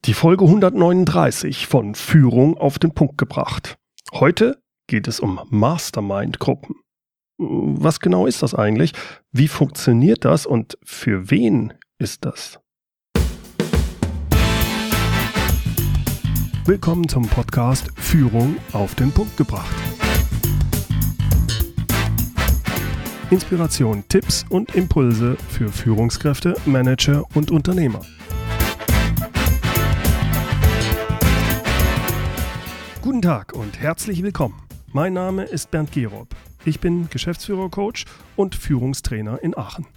Die Folge 139 von Führung auf den Punkt gebracht. Heute geht es um Mastermind-Gruppen. Was genau ist das eigentlich? Wie funktioniert das und für wen ist das? Willkommen zum Podcast Führung auf den Punkt gebracht. Inspiration, Tipps und Impulse für Führungskräfte, Manager und Unternehmer. Guten Tag und herzlich willkommen. Mein Name ist Bernd Gerob. Ich bin Geschäftsführer-Coach und Führungstrainer in Aachen.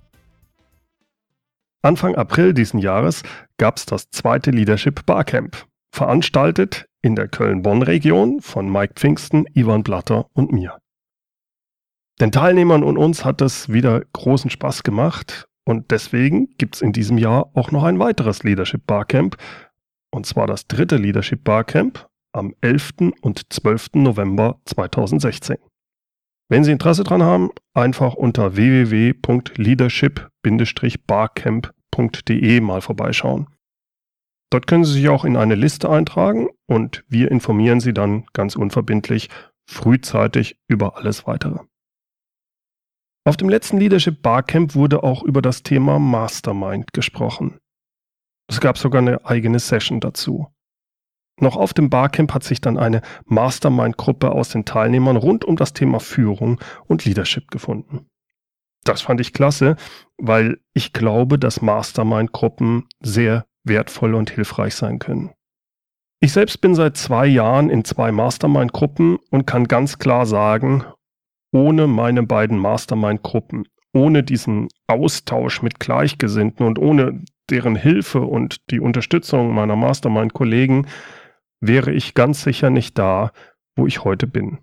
Anfang April diesen Jahres gab es das zweite Leadership Barcamp, veranstaltet in der Köln-Bonn-Region von Mike Pfingsten, Ivan Blatter und mir. Den Teilnehmern und uns hat es wieder großen Spaß gemacht und deswegen gibt es in diesem Jahr auch noch ein weiteres Leadership Barcamp, und zwar das dritte Leadership Barcamp am 11. und 12. November 2016. Wenn Sie Interesse daran haben, einfach unter www.leadership-barcamp.de mal vorbeischauen. Dort können Sie sich auch in eine Liste eintragen und wir informieren Sie dann ganz unverbindlich frühzeitig über alles Weitere. Auf dem letzten Leadership Barcamp wurde auch über das Thema Mastermind gesprochen. Es gab sogar eine eigene Session dazu. Noch auf dem Barcamp hat sich dann eine Mastermind-Gruppe aus den Teilnehmern rund um das Thema Führung und Leadership gefunden. Das fand ich klasse, weil ich glaube, dass Mastermind-Gruppen sehr wertvoll und hilfreich sein können. Ich selbst bin seit 2 Jahren in 2 Mastermind-Gruppen und kann ganz klar sagen, ohne meine beiden Mastermind-Gruppen, ohne diesen Austausch mit Gleichgesinnten und ohne deren Hilfe und die Unterstützung meiner Mastermind-Kollegen wäre ich ganz sicher nicht da, wo ich heute bin.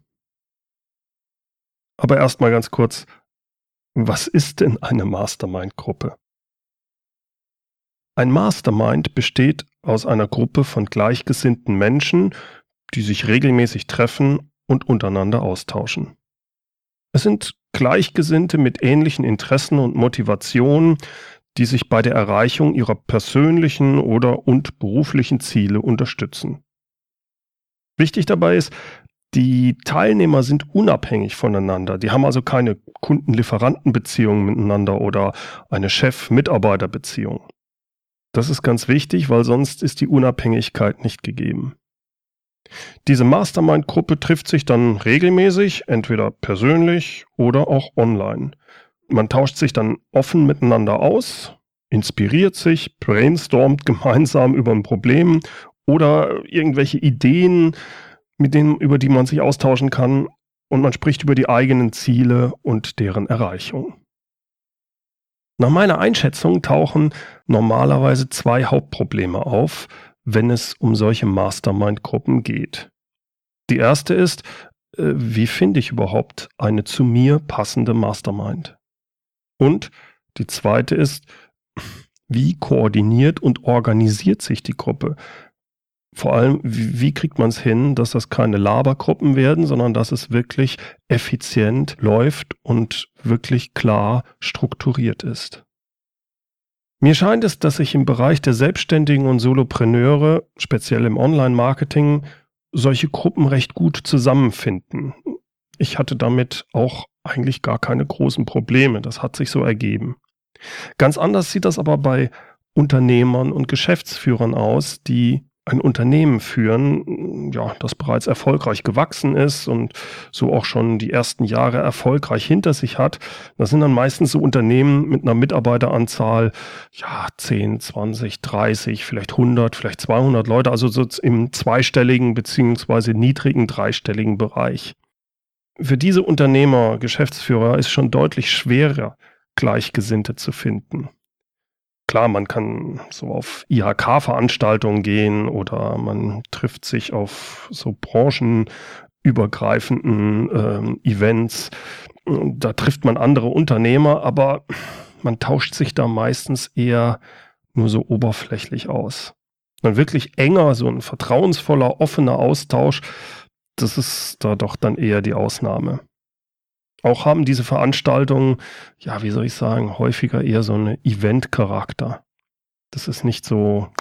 Aber erstmal ganz kurz, was ist denn eine Mastermind-Gruppe? Ein Mastermind besteht aus einer Gruppe von gleichgesinnten Menschen, die sich regelmäßig treffen und untereinander austauschen. Es sind Gleichgesinnte mit ähnlichen Interessen und Motivationen, die sich bei der Erreichung ihrer persönlichen und beruflichen Ziele unterstützen. Wichtig dabei ist, die Teilnehmer sind unabhängig voneinander. Die haben also keine Kunden-Lieferanten-Beziehung miteinander oder eine Chef-Mitarbeiter-Beziehung. Das ist ganz wichtig, weil sonst ist die Unabhängigkeit nicht gegeben. Diese Mastermind-Gruppe trifft sich dann regelmäßig, entweder persönlich oder auch online. Man tauscht sich dann offen miteinander aus, inspiriert sich, brainstormt gemeinsam über ein Problem oder irgendwelche Ideen, über die man sich austauschen kann, und man spricht über die eigenen Ziele und deren Erreichung. Nach meiner Einschätzung tauchen normalerweise 2 Hauptprobleme auf, wenn es um solche Mastermind-Gruppen geht. Die erste ist, wie finde ich überhaupt eine zu mir passende Mastermind? Und die zweite ist, wie koordiniert und organisiert sich die Gruppe? Vor allem, wie kriegt man es hin, dass das keine Labergruppen werden, sondern dass es wirklich effizient läuft und wirklich klar strukturiert ist? Mir scheint es, dass sich im Bereich der Selbstständigen und Solopreneure, speziell im Online-Marketing, solche Gruppen recht gut zusammenfinden. Ich hatte damit auch eigentlich gar keine großen Probleme. Das hat sich so ergeben. Ganz anders sieht das aber bei Unternehmern und Geschäftsführern aus, die ein Unternehmen führen, das bereits erfolgreich gewachsen ist und so auch schon die ersten Jahre erfolgreich hinter sich hat. Das sind dann meistens so Unternehmen mit einer Mitarbeiteranzahl, 10, 20, 30, vielleicht 100, vielleicht 200 Leute, also so im zweistelligen bzw. niedrigen dreistelligen Bereich. Für diese Unternehmer, Geschäftsführer ist schon deutlich schwerer, Gleichgesinnte zu finden. Klar, man kann so auf IHK-Veranstaltungen gehen oder man trifft sich auf so branchenübergreifenden Events. Da trifft man andere Unternehmer, aber man tauscht sich da meistens eher nur so oberflächlich aus. Ein wirklich enger, so ein vertrauensvoller, offener Austausch, das ist da doch dann eher die Ausnahme. Auch haben diese Veranstaltungen, häufiger eher so einen Event-Charakter. Das ist nicht so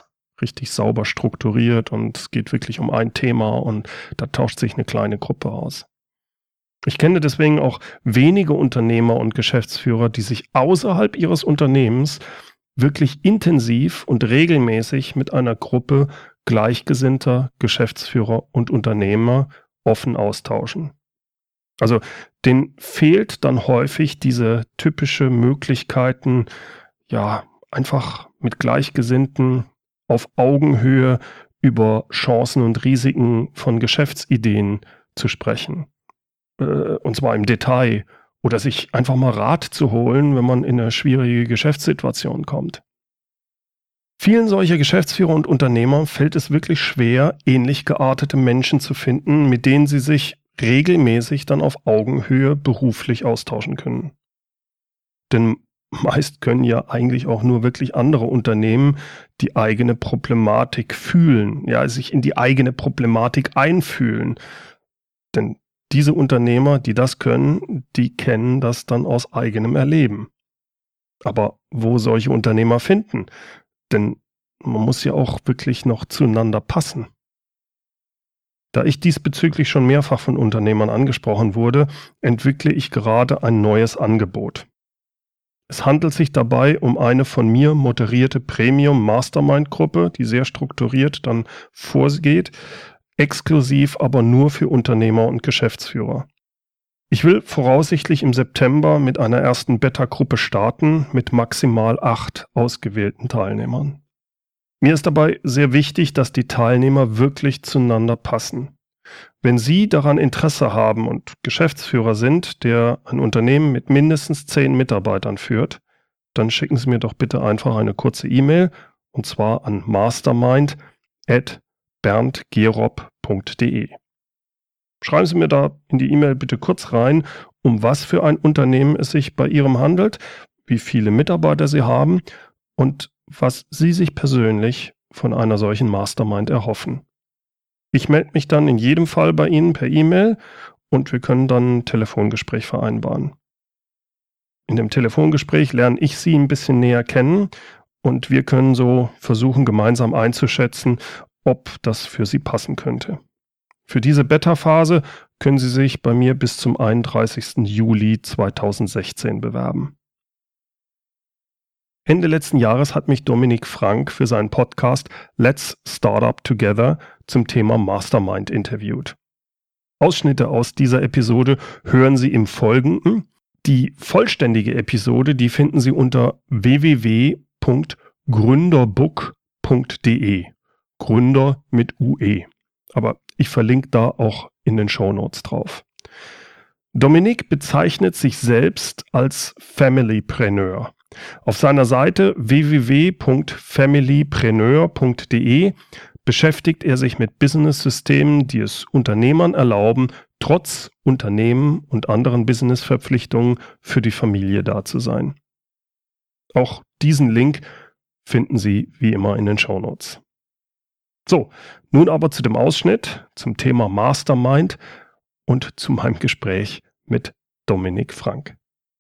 richtig sauber strukturiert und es geht wirklich um ein Thema und da tauscht sich eine kleine Gruppe aus. Ich kenne deswegen auch wenige Unternehmer und Geschäftsführer, die sich außerhalb ihres Unternehmens wirklich intensiv und regelmäßig mit einer Gruppe gleichgesinnter Geschäftsführer und Unternehmer offen austauschen. Also denen fehlt dann häufig diese typische Möglichkeiten, ja, einfach mit Gleichgesinnten auf Augenhöhe über Chancen und Risiken von Geschäftsideen zu sprechen. Und zwar im Detail. Oder sich einfach mal Rat zu holen, wenn man in eine schwierige Geschäftssituation kommt. Vielen solcher Geschäftsführer und Unternehmer fällt es wirklich schwer, ähnlich geartete Menschen zu finden, mit denen sie sich regelmäßig dann auf Augenhöhe beruflich austauschen können. Denn meist können ja eigentlich auch nur wirklich andere Unternehmen die eigene Problematik fühlen, ja, sich in die eigene Problematik einfühlen. Denn diese Unternehmer, die das können, die kennen das dann aus eigenem Erleben. Aber wo solche Unternehmer finden? Denn man muss ja auch wirklich noch zueinander passen. Da ich diesbezüglich schon mehrfach von Unternehmern angesprochen wurde, entwickle ich gerade ein neues Angebot. Es handelt sich dabei um eine von mir moderierte Premium-Mastermind-Gruppe, die sehr strukturiert dann vorgeht, exklusiv aber nur für Unternehmer und Geschäftsführer. Ich will voraussichtlich im September mit einer ersten Beta-Gruppe starten mit maximal 8 ausgewählten Teilnehmern. Mir ist dabei sehr wichtig, dass die Teilnehmer wirklich zueinander passen. Wenn Sie daran Interesse haben und Geschäftsführer sind, der ein Unternehmen mit mindestens 10 Mitarbeitern führt, dann schicken Sie mir doch bitte einfach eine kurze E-Mail und zwar an mastermind@berndgerob.de. Schreiben Sie mir da in die E-Mail bitte kurz rein, um was für ein Unternehmen es sich bei Ihrem handelt, wie viele Mitarbeiter Sie haben und was Sie sich persönlich von einer solchen Mastermind erhoffen. Ich melde mich dann in jedem Fall bei Ihnen per E-Mail und wir können dann ein Telefongespräch vereinbaren. In dem Telefongespräch lerne ich Sie ein bisschen näher kennen und wir können so versuchen, gemeinsam einzuschätzen, ob das für Sie passen könnte. Für diese Beta-Phase können Sie sich bei mir bis zum 31. Juli 2016 bewerben. Ende letzten Jahres hat mich Dominik Frank für seinen Podcast Let's Startup Together zum Thema Mastermind interviewt. Ausschnitte aus dieser Episode hören Sie im Folgenden. Die vollständige Episode, die finden Sie unter www.gründerbook.de. Gründer mit UE. Aber ich verlinke da auch in den Shownotes drauf. Dominik bezeichnet sich selbst als Familypreneur. Auf seiner Seite www.familypreneur.de beschäftigt er sich mit Business-Systemen, die es Unternehmern erlauben, trotz Unternehmen und anderen Business-Verpflichtungen für die Familie da zu sein. Auch diesen Link finden Sie wie immer in den Shownotes. So, nun aber zu dem Ausschnitt, zum Thema Mastermind und zu meinem Gespräch mit Dominik Frank.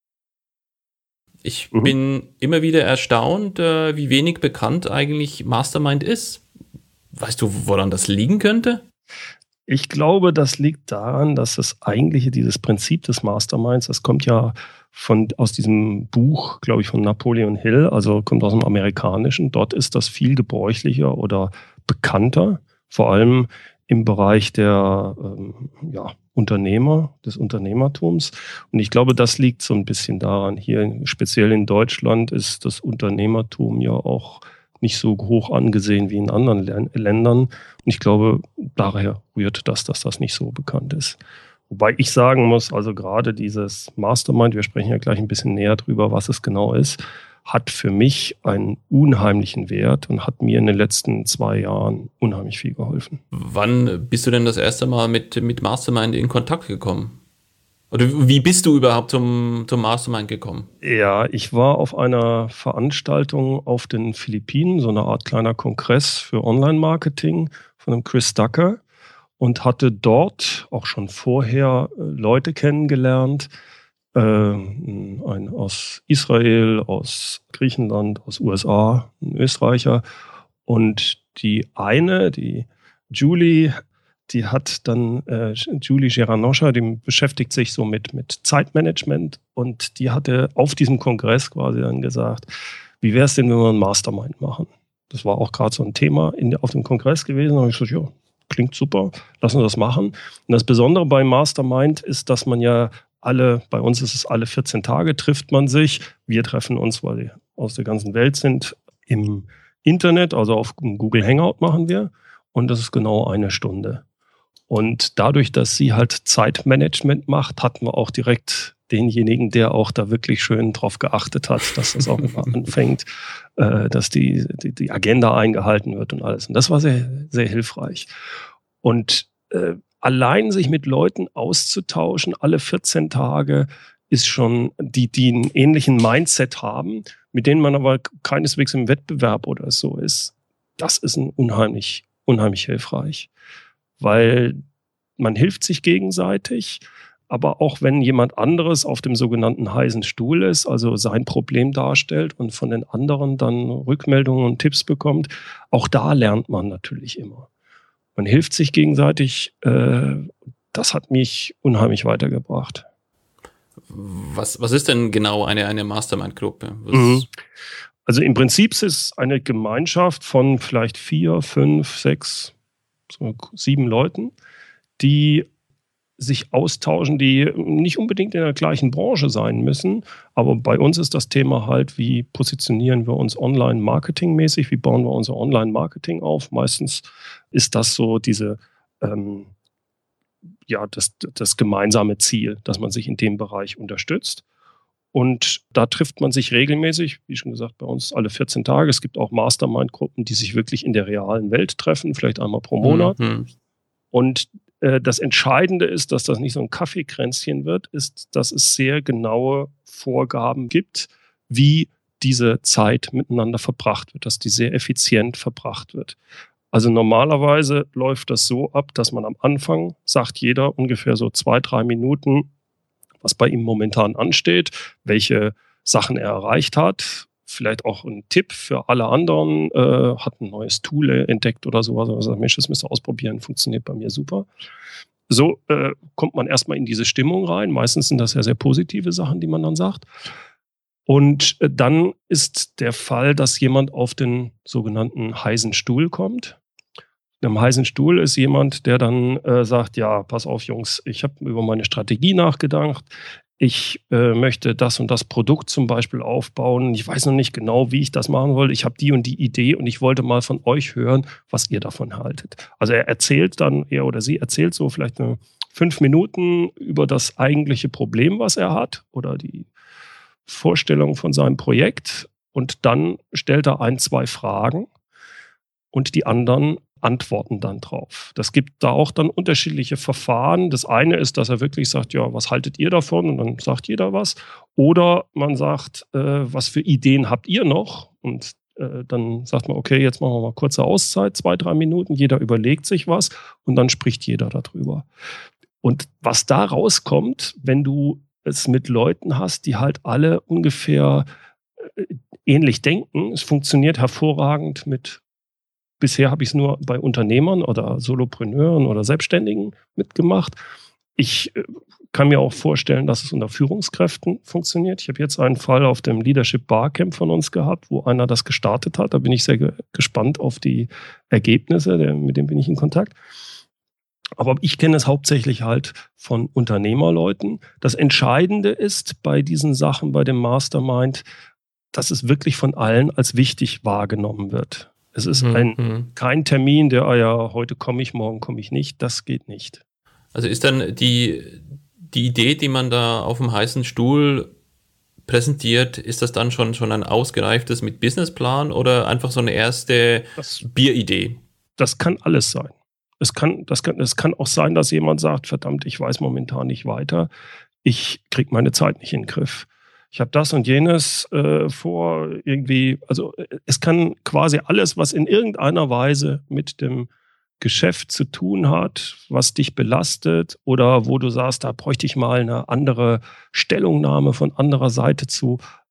Ich bin immer wieder erstaunt, wie wenig bekannt eigentlich Mastermind ist. Weißt du, woran das liegen könnte? Ich glaube, das liegt daran, dass das eigentliche, dieses Prinzip des Masterminds, das kommt ja aus diesem Buch, glaube ich, von Napoleon Hill, also kommt aus dem Amerikanischen. Dort ist das viel gebräuchlicher oder bekannter, vor allem im Bereich der Unternehmer, des Unternehmertums. Und ich glaube, das liegt so ein bisschen daran. Hier, speziell in Deutschland, ist das Unternehmertum ja auch nicht so hoch angesehen wie in anderen Ländern. Und ich glaube, daher rührt das, dass das nicht so bekannt ist. Wobei ich sagen muss, also gerade dieses Mastermind, wir sprechen ja gleich ein bisschen näher drüber, was es genau ist, hat für mich einen unheimlichen Wert und hat mir in den letzten 2 Jahren unheimlich viel geholfen. Wann bist du denn das erste Mal mit Mastermind in Kontakt gekommen? Oder wie bist du überhaupt zum Mastermind gekommen? Ja, ich war auf einer Veranstaltung auf den Philippinen, so eine Art kleiner Kongress für Online-Marketing von einem Chris Ducker und hatte dort auch schon vorher Leute kennengelernt, ein aus Israel, aus Griechenland, aus USA, ein Österreicher Und die Julie, die hat dann, Julie Geranoscha, die beschäftigt sich so mit Zeitmanagement, und die hatte auf diesem Kongress quasi dann gesagt, wie wäre es denn, wenn wir ein Mastermind machen? Das war auch gerade so ein Thema auf dem Kongress gewesen. Da habe ich gesagt, ja, klingt super, lassen wir das machen. Und das Besondere beim Mastermind ist, dass man ja bei uns ist es alle 14 Tage trifft man sich. Wir treffen uns, weil die aus der ganzen Welt sind, im Internet, also auf Google Hangout machen wir. Und das ist genau 1 Stunde. Und dadurch, dass sie halt Zeitmanagement macht, hatten wir auch direkt denjenigen, der auch da wirklich schön drauf geachtet hat, dass das auch immer anfängt, dass die Agenda eingehalten wird und alles. Und das war sehr, sehr hilfreich. Und allein sich mit Leuten auszutauschen, alle 14 Tage, ist schon, die einen ähnlichen Mindset haben, mit denen man aber keineswegs im Wettbewerb oder so ist. Das ist unheimlich hilfreich. Weil man hilft sich gegenseitig, aber auch wenn jemand anderes auf dem sogenannten heißen Stuhl ist, also sein Problem darstellt und von den anderen dann Rückmeldungen und Tipps bekommt, auch da lernt man natürlich immer. Man hilft sich gegenseitig, das hat mich unheimlich weitergebracht. Was ist denn genau eine Mastermind-Gruppe? Also im Prinzip ist es eine Gemeinschaft von vielleicht 4, 5, 6, 7 Leuten, die sich austauschen, die nicht unbedingt in der gleichen Branche sein müssen. Aber bei uns ist das Thema halt, wie positionieren wir uns online-marketingmäßig, wie bauen wir unser Online-Marketing auf. Meistens ist das so das gemeinsame Ziel, dass man sich in dem Bereich unterstützt. Und da trifft man sich regelmäßig, wie schon gesagt, bei uns alle 14 Tage. Es gibt auch Mastermind-Gruppen, die sich wirklich in der realen Welt treffen, vielleicht einmal pro Monat. Und das Entscheidende ist, dass das nicht so ein Kaffeekränzchen wird, ist, dass es sehr genaue Vorgaben gibt, wie diese Zeit miteinander verbracht wird, dass die sehr effizient verbracht wird. Also normalerweise läuft das so ab, dass man am Anfang sagt jeder ungefähr so 2, 3 Minuten, was bei ihm momentan ansteht, welche Sachen er erreicht hat. Vielleicht auch ein Tipp für alle anderen, hat ein neues Tool entdeckt oder sowas. Also Mensch, das müsst ihr ausprobieren, funktioniert bei mir super. So kommt man erstmal in diese Stimmung rein. Meistens sind das ja sehr positive Sachen, die man dann sagt. Und dann ist der Fall, dass jemand auf den sogenannten heißen Stuhl kommt. Am heißen Stuhl ist jemand, der dann sagt, ja, pass auf Jungs, ich habe über meine Strategie nachgedacht. Ich möchte das und das Produkt zum Beispiel aufbauen. Ich weiß noch nicht genau, wie ich das machen wollte. Ich habe die und die Idee und ich wollte mal von euch hören, was ihr davon haltet. Also er oder sie erzählt so vielleicht 5 Minuten über das eigentliche Problem, was er hat oder die Vorstellung von seinem Projekt. Und dann stellt er 1, 2 Fragen und die anderen antworten dann drauf. Das gibt da auch dann unterschiedliche Verfahren. Das eine ist, dass er wirklich sagt, ja, was haltet ihr davon? Und dann sagt jeder was. Oder man sagt, was für Ideen habt ihr noch? Und dann sagt man, okay, jetzt machen wir mal kurze Auszeit, 2, 3 Minuten. Jeder überlegt sich was und dann spricht jeder darüber. Und was da rauskommt, wenn du es mit Leuten hast, die halt alle ungefähr ähnlich denken, es funktioniert hervorragend bisher habe ich es nur bei Unternehmern oder Solopreneuren oder Selbstständigen mitgemacht. Ich kann mir auch vorstellen, dass es unter Führungskräften funktioniert. Ich habe jetzt einen Fall auf dem Leadership Barcamp von uns gehabt, wo einer das gestartet hat. Da bin ich sehr gespannt auf die Ergebnisse, mit dem bin ich in Kontakt. Aber ich kenne es hauptsächlich halt von Unternehmerleuten. Das Entscheidende ist bei diesen Sachen, bei dem Mastermind, dass es wirklich von allen als wichtig wahrgenommen wird. Es ist kein Termin, ja, heute komme ich, morgen komme ich nicht. Das geht nicht. Also ist dann die Idee, die man da auf dem heißen Stuhl präsentiert, ist das dann schon ein ausgereiftes mit Businessplan oder einfach so eine erste Bieridee? Das kann alles sein. Es kann auch sein, dass jemand sagt, verdammt, ich weiß momentan nicht weiter. Ich kriege meine Zeit nicht in den Griff. Ich habe das und jenes vor irgendwie, also es kann quasi alles, was in irgendeiner Weise mit dem Geschäft zu tun hat, was dich belastet oder wo du sagst, da bräuchte ich mal eine andere Stellungnahme von anderer Seite zu.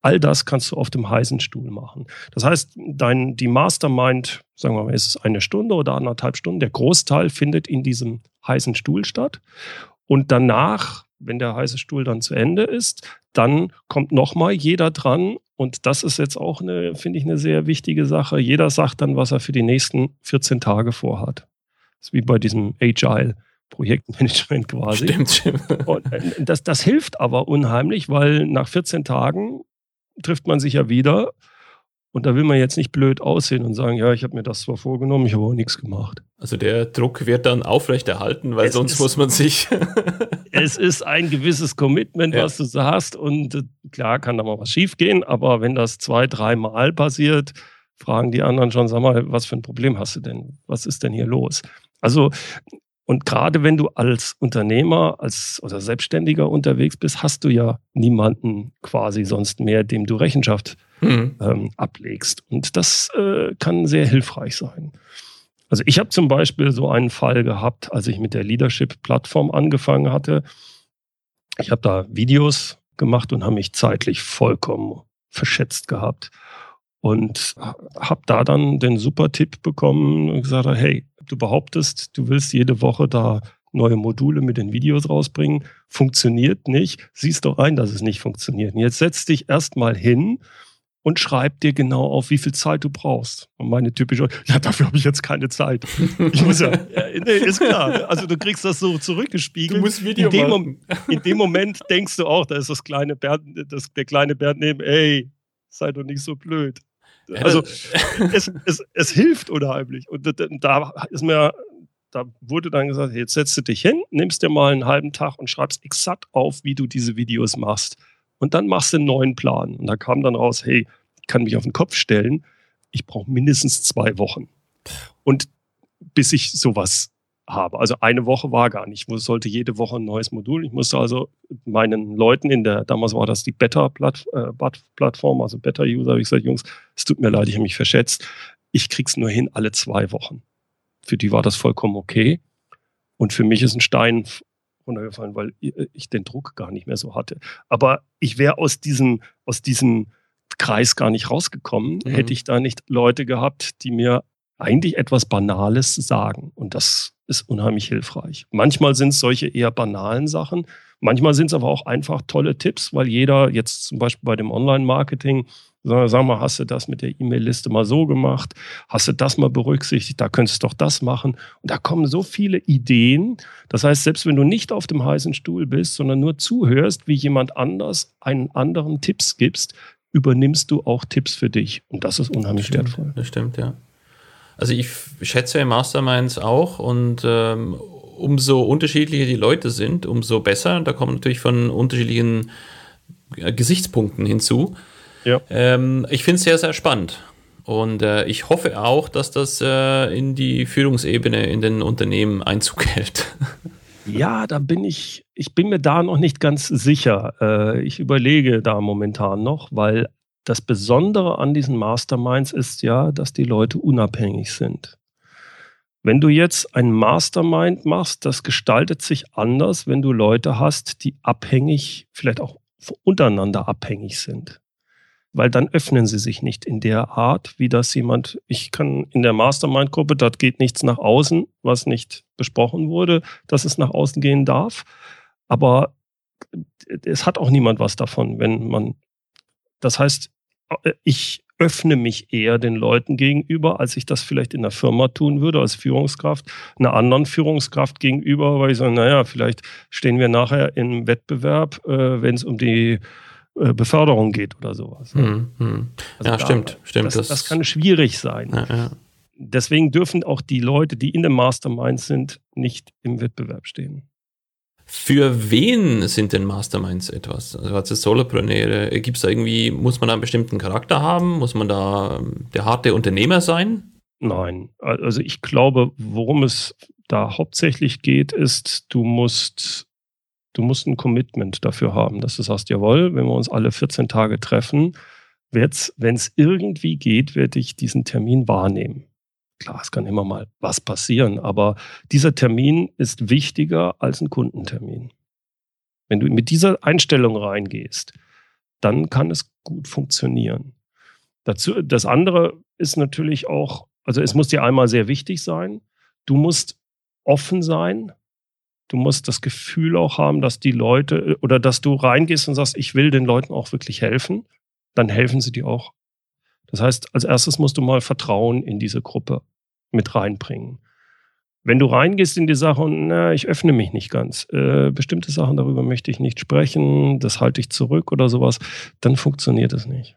All das kannst du auf dem heißen Stuhl machen. Das heißt, die Mastermind, sagen wir mal, ist es 1 Stunde oder 1,5 Stunden, der Großteil findet in diesem heißen Stuhl statt. Und danach, wenn der heiße Stuhl dann zu Ende ist, dann kommt nochmal jeder dran. Und das ist jetzt auch finde ich, eine sehr wichtige Sache. Jeder sagt dann, was er für die nächsten 14 Tage vorhat. Das ist wie bei diesem Agile Projektmanagement quasi. Stimmt. Und das hilft aber unheimlich, weil nach 14 Tagen trifft man sich ja wieder und da will man jetzt nicht blöd aussehen und sagen, ja, ich habe mir das zwar vorgenommen, ich habe auch nichts gemacht. Also der Druck wird dann aufrechterhalten, weil sonst muss man sich... Es ist ein gewisses Commitment, was du sagst und klar kann da mal was schief gehen, aber wenn das 2-3 Mal passiert, fragen die anderen schon, sag mal, was für ein Problem hast du denn? Was ist denn hier los? Also und gerade wenn du als Unternehmer oder Selbstständiger unterwegs bist, hast du ja niemanden quasi sonst mehr, dem du Rechenschaft ablegst. Und das kann sehr hilfreich sein. Also ich habe zum Beispiel so einen Fall gehabt, als ich mit der Leadership-Plattform angefangen hatte. Ich habe da Videos gemacht und habe mich zeitlich vollkommen verschätzt gehabt. Und habe da dann den super Tipp bekommen und gesagt, hey, du behauptest, du willst jede Woche da neue Module mit den Videos rausbringen. Funktioniert nicht. Siehst doch ein, dass es nicht funktioniert. Und jetzt setz dich erstmal hin und schreib dir genau auf, wie viel Zeit du brauchst. Und meine typische, ja, dafür habe ich jetzt keine Zeit. Ich muss nee, ist klar. Also du kriegst das so zurückgespiegelt. Du musst Video machen. In dem Moment denkst du auch, da ist der kleine Bernd neben, ey, sei doch nicht so blöd. Also es hilft unheimlich. Und da wurde dann gesagt, jetzt setzt du dich hin, nimmst dir mal einen halben Tag und schreibst exakt auf, wie du diese Videos machst. Und dann machst du einen neuen Plan. Und da kam dann raus, hey, ich kann mich auf den Kopf stellen, ich brauche mindestens 2 Wochen. Und bis ich sowas habe. Also 1 Woche war gar nicht. Ich sollte jede Woche ein neues Modul. Ich musste also meinen Leuten damals war das die Beta-Plattform, also Beta-User, habe ich gesagt, Jungs, es tut mir leid, ich habe mich verschätzt. Ich krieg's nur hin, alle 2 Wochen. Für die war das vollkommen okay. Und für mich ist ein Stein runtergefallen, weil ich den Druck gar nicht mehr so hatte. Aber ich wäre aus diesem Kreis gar nicht rausgekommen, hätte ich da nicht Leute gehabt, die mir eigentlich etwas Banales sagen. Und das ist unheimlich hilfreich. Manchmal sind es solche eher banalen Sachen. Manchmal sind es aber auch einfach tolle Tipps, weil jeder jetzt zum Beispiel bei dem Online-Marketing, sag mal, hast du das mit der E-Mail-Liste mal so gemacht? Hast du das mal berücksichtigt? Da könntest du doch das machen. Und da kommen so viele Ideen. Das heißt, selbst wenn du nicht auf dem heißen Stuhl bist, sondern nur zuhörst, wie jemand anders einen anderen Tipps gibst, übernimmst du auch Tipps für dich. Und das ist unheimlich wertvoll. Das stimmt, ja. Also ich schätze Masterminds auch und umso unterschiedlicher die Leute sind, umso besser. Da kommen natürlich von unterschiedlichen Gesichtspunkten hinzu. Ja. Ich finde es sehr, sehr spannend. Und ich hoffe auch, dass das in die Führungsebene in den Unternehmen Einzug hält. Ja, ich bin mir da noch nicht ganz sicher. Ich überlege da momentan noch, weil das Besondere an diesen Masterminds ist ja, dass die Leute unabhängig sind. Wenn du jetzt ein Mastermind machst, das gestaltet sich anders, wenn du Leute hast, die abhängig, vielleicht auch untereinander abhängig sind. Weil dann öffnen sie sich nicht in der Art, wie das ich kann in der Mastermind-Gruppe, dort geht nichts nach außen, was nicht besprochen wurde, dass es nach außen gehen darf. Aber es hat auch niemand was davon, das heißt, ich öffne mich eher den Leuten gegenüber, als ich das vielleicht in der Firma tun würde, als Führungskraft, einer anderen Führungskraft gegenüber, weil ich sage, naja, vielleicht stehen wir nachher im Wettbewerb, wenn es um die Beförderung geht oder sowas. Also ja, stimmt. Das kann schwierig sein. Ja. Deswegen dürfen auch die Leute, die in dem Mastermind sind, nicht im Wettbewerb stehen. Für wen sind denn Masterminds etwas? Also als Solopreneure, gibt's da muss man da einen bestimmten Charakter haben? Muss man da der harte Unternehmer sein? Nein, also ich glaube, worum es da hauptsächlich geht, ist, du musst ein Commitment dafür haben, dass du sagst, jawohl, wenn wir uns alle 14 Tage treffen, wenn es irgendwie geht, werde ich diesen Termin wahrnehmen. Klar, es kann immer mal was passieren, aber dieser Termin ist wichtiger als ein Kundentermin. Wenn du mit dieser Einstellung reingehst, dann kann es gut funktionieren. Das andere ist natürlich auch, also es muss dir einmal sehr wichtig sein, du musst offen sein, du musst das Gefühl auch haben, dass die Leute oder dass du reingehst und sagst, ich will den Leuten auch wirklich helfen, dann helfen sie dir auch. Das heißt, als erstes musst du mal Vertrauen in diese Gruppe mit reinbringen. Wenn du reingehst in die Sache und ich öffne mich nicht ganz, bestimmte Sachen, darüber möchte ich nicht sprechen, das halte ich zurück oder sowas, dann funktioniert es nicht.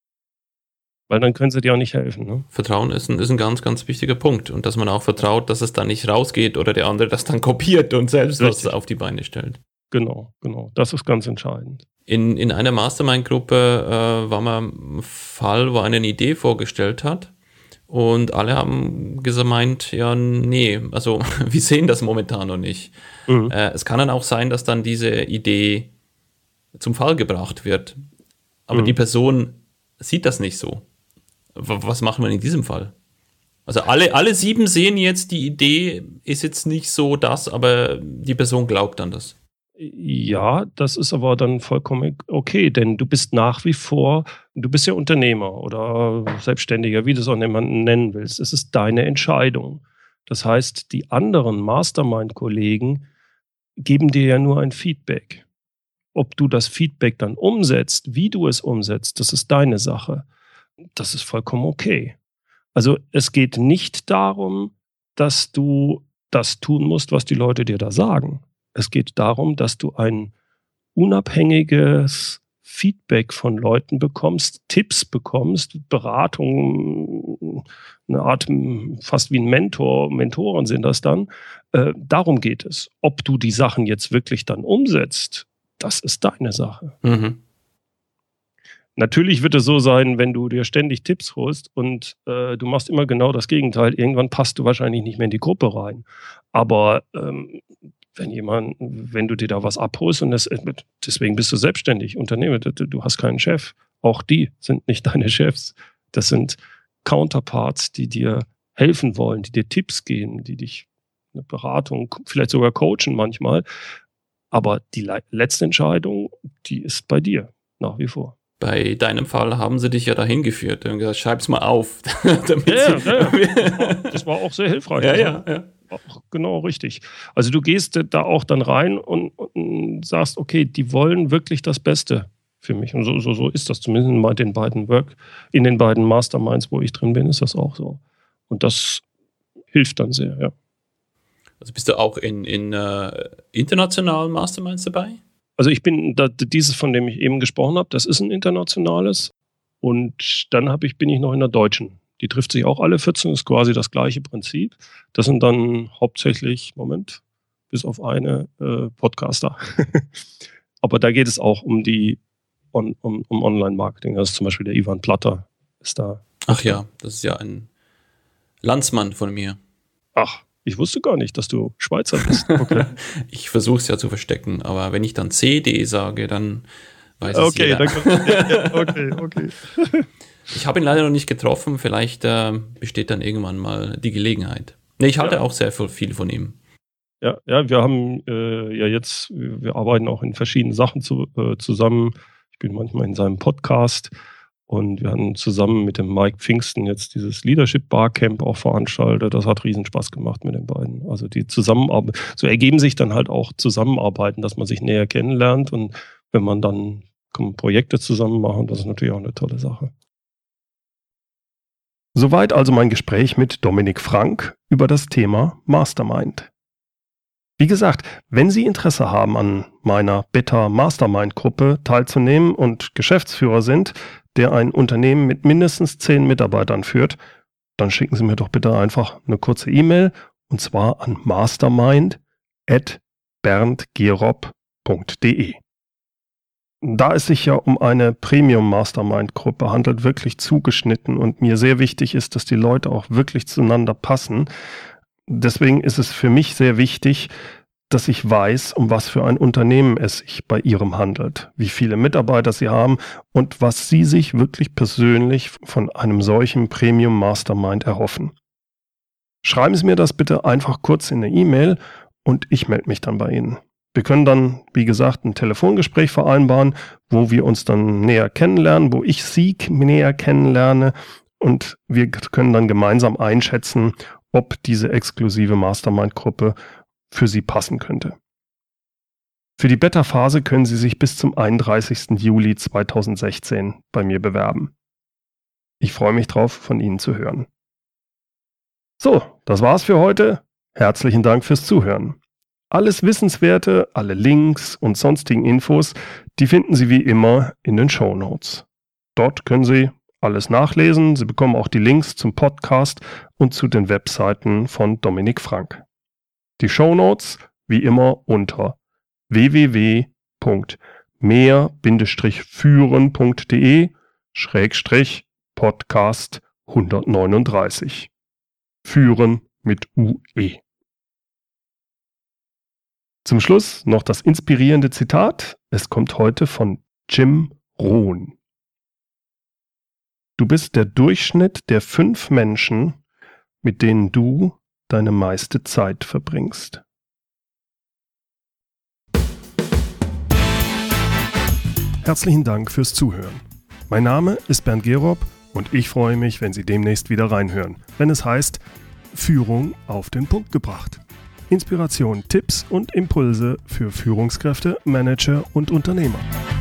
Weil dann können sie dir auch nicht helfen. Ne? Vertrauen ist ein ganz, ganz wichtiger Punkt. Und dass man auch vertraut, dass es dann nicht rausgeht oder der andere das dann kopiert und selbst was auf die Beine stellt. Genau. Das ist ganz entscheidend. In einer Mastermind-Gruppe war mal ein Fall, wo einer eine Idee vorgestellt hat. Und alle haben gemeint, ja, nee, also wir sehen das momentan noch nicht. Mhm. Es kann dann auch sein, dass dann diese Idee zum Fall gebracht wird. Aber die Person sieht das nicht so. Was machen wir in diesem Fall? Also alle 7 sehen jetzt, die Idee ist jetzt nicht so das, aber die Person glaubt an das. Ja, das ist aber dann vollkommen okay, denn du bist nach wie vor, du bist ja Unternehmer oder Selbstständiger, wie du es auch nennen willst. Es ist deine Entscheidung. Das heißt, die anderen Mastermind-Kollegen geben dir ja nur ein Feedback. Ob du das Feedback dann umsetzt, wie du es umsetzt, das ist deine Sache. Das ist vollkommen okay. Also es geht nicht darum, dass du das tun musst, was die Leute dir da sagen. Es geht darum, dass du ein unabhängiges Feedback von Leuten bekommst, Tipps bekommst, Beratung, eine Art fast wie ein Mentor, Mentoren sind das dann. Darum geht es. Ob du die Sachen jetzt wirklich dann umsetzt, das ist deine Sache. Mhm. Natürlich wird es so sein, wenn du dir ständig Tipps holst und du machst immer genau das Gegenteil. Irgendwann passt du wahrscheinlich nicht mehr in die Gruppe rein. Aber wenn du dir da was abholst und deswegen bist du selbstständig, Unternehmer, du hast keinen Chef. Auch die sind nicht deine Chefs. Das sind Counterparts, die dir helfen wollen, die dir Tipps geben, die dich eine Beratung, vielleicht sogar coachen manchmal. Aber die letzte Entscheidung, die ist bei dir nach wie vor. Bei deinem Fall haben sie dich ja dahin geführt und gesagt, schreib's mal auf. Das war auch sehr hilfreich. Ja. Auch genau richtig. Also du gehst da auch dann rein und sagst, okay, die wollen wirklich das Beste für mich. Und so ist das zumindest in den beiden Masterminds, wo ich drin bin, ist das auch so. Und das hilft dann sehr, ja. Also bist du auch in internationalen Masterminds dabei? Also ich bin, dieses, von dem ich eben gesprochen habe, das ist ein internationales. Und dann bin ich noch in der deutschen. Die trifft sich auch alle 14, ist quasi das gleiche Prinzip. Das sind dann hauptsächlich, bis auf eine Podcaster. Aber da geht es auch um Online-Marketing. Also zum Beispiel der Ivan Platter ist da. Ach ja, das ist ja ein Landsmann von mir. Ach, ich wusste gar nicht, dass du Schweizer bist. Okay. Ich versuche es ja zu verstecken, aber wenn ich dann CD sage, dann weiß es jeder. Okay. Ich habe ihn leider noch nicht getroffen, vielleicht besteht dann irgendwann mal die Gelegenheit. Nee, ich halte auch sehr viel von ihm. Ja, wir haben wir arbeiten auch in verschiedenen Sachen zusammen. Ich bin manchmal in seinem Podcast und wir haben zusammen mit dem Mike Pfingsten jetzt dieses Leadership Barcamp auch veranstaltet. Das hat riesen Spaß gemacht mit den beiden. Also die Zusammenarbeit, so ergeben sich dann halt auch Zusammenarbeiten, dass man sich näher kennenlernt und wenn man dann Projekte zusammen machen, das ist natürlich auch eine tolle Sache. Soweit also mein Gespräch mit Dominik Frank über das Thema Mastermind. Wie gesagt, wenn Sie Interesse haben, an meiner Beta Mastermind Gruppe teilzunehmen und Geschäftsführer sind, der ein Unternehmen mit mindestens 10 Mitarbeitern führt, dann schicken Sie mir doch bitte einfach eine kurze E-Mail und zwar an mastermind@berndgerob.de. Da es sich ja um eine Premium-Mastermind-Gruppe handelt, wirklich zugeschnitten und mir sehr wichtig ist, dass die Leute auch wirklich zueinander passen. Deswegen ist es für mich sehr wichtig, dass ich weiß, um was für ein Unternehmen es sich bei Ihrem handelt, wie viele Mitarbeiter Sie haben und was Sie sich wirklich persönlich von einem solchen Premium-Mastermind erhoffen. Schreiben Sie mir das bitte einfach kurz in eine E-Mail und ich melde mich dann bei Ihnen. Wir können dann, wie gesagt, ein Telefongespräch vereinbaren, wo wir uns dann näher kennenlernen, wo ich Sie näher kennenlerne und wir können dann gemeinsam einschätzen, ob diese exklusive Mastermind-Gruppe für Sie passen könnte. Für die Beta-Phase können Sie sich bis zum 31. Juli 2016 bei mir bewerben. Ich freue mich drauf, von Ihnen zu hören. So, das war's für heute. Herzlichen Dank fürs Zuhören. Alles Wissenswerte, alle Links und sonstigen Infos, die finden Sie wie immer in den Shownotes. Dort können Sie alles nachlesen. Sie bekommen auch die Links zum Podcast und zu den Webseiten von Dominik Frank. Die Shownotes wie immer unter www.mehr-führen.de/Podcast 139. Führen mit UE. Zum Schluss noch das inspirierende Zitat. Es kommt heute von Jim Rohn. Du bist der Durchschnitt der 5 Menschen, mit denen du deine meiste Zeit verbringst. Herzlichen Dank fürs Zuhören. Mein Name ist Bernd Gerob und ich freue mich, wenn Sie demnächst wieder reinhören, wenn es heißt Führung auf den Punkt gebracht. Inspiration, Tipps und Impulse für Führungskräfte, Manager und Unternehmer.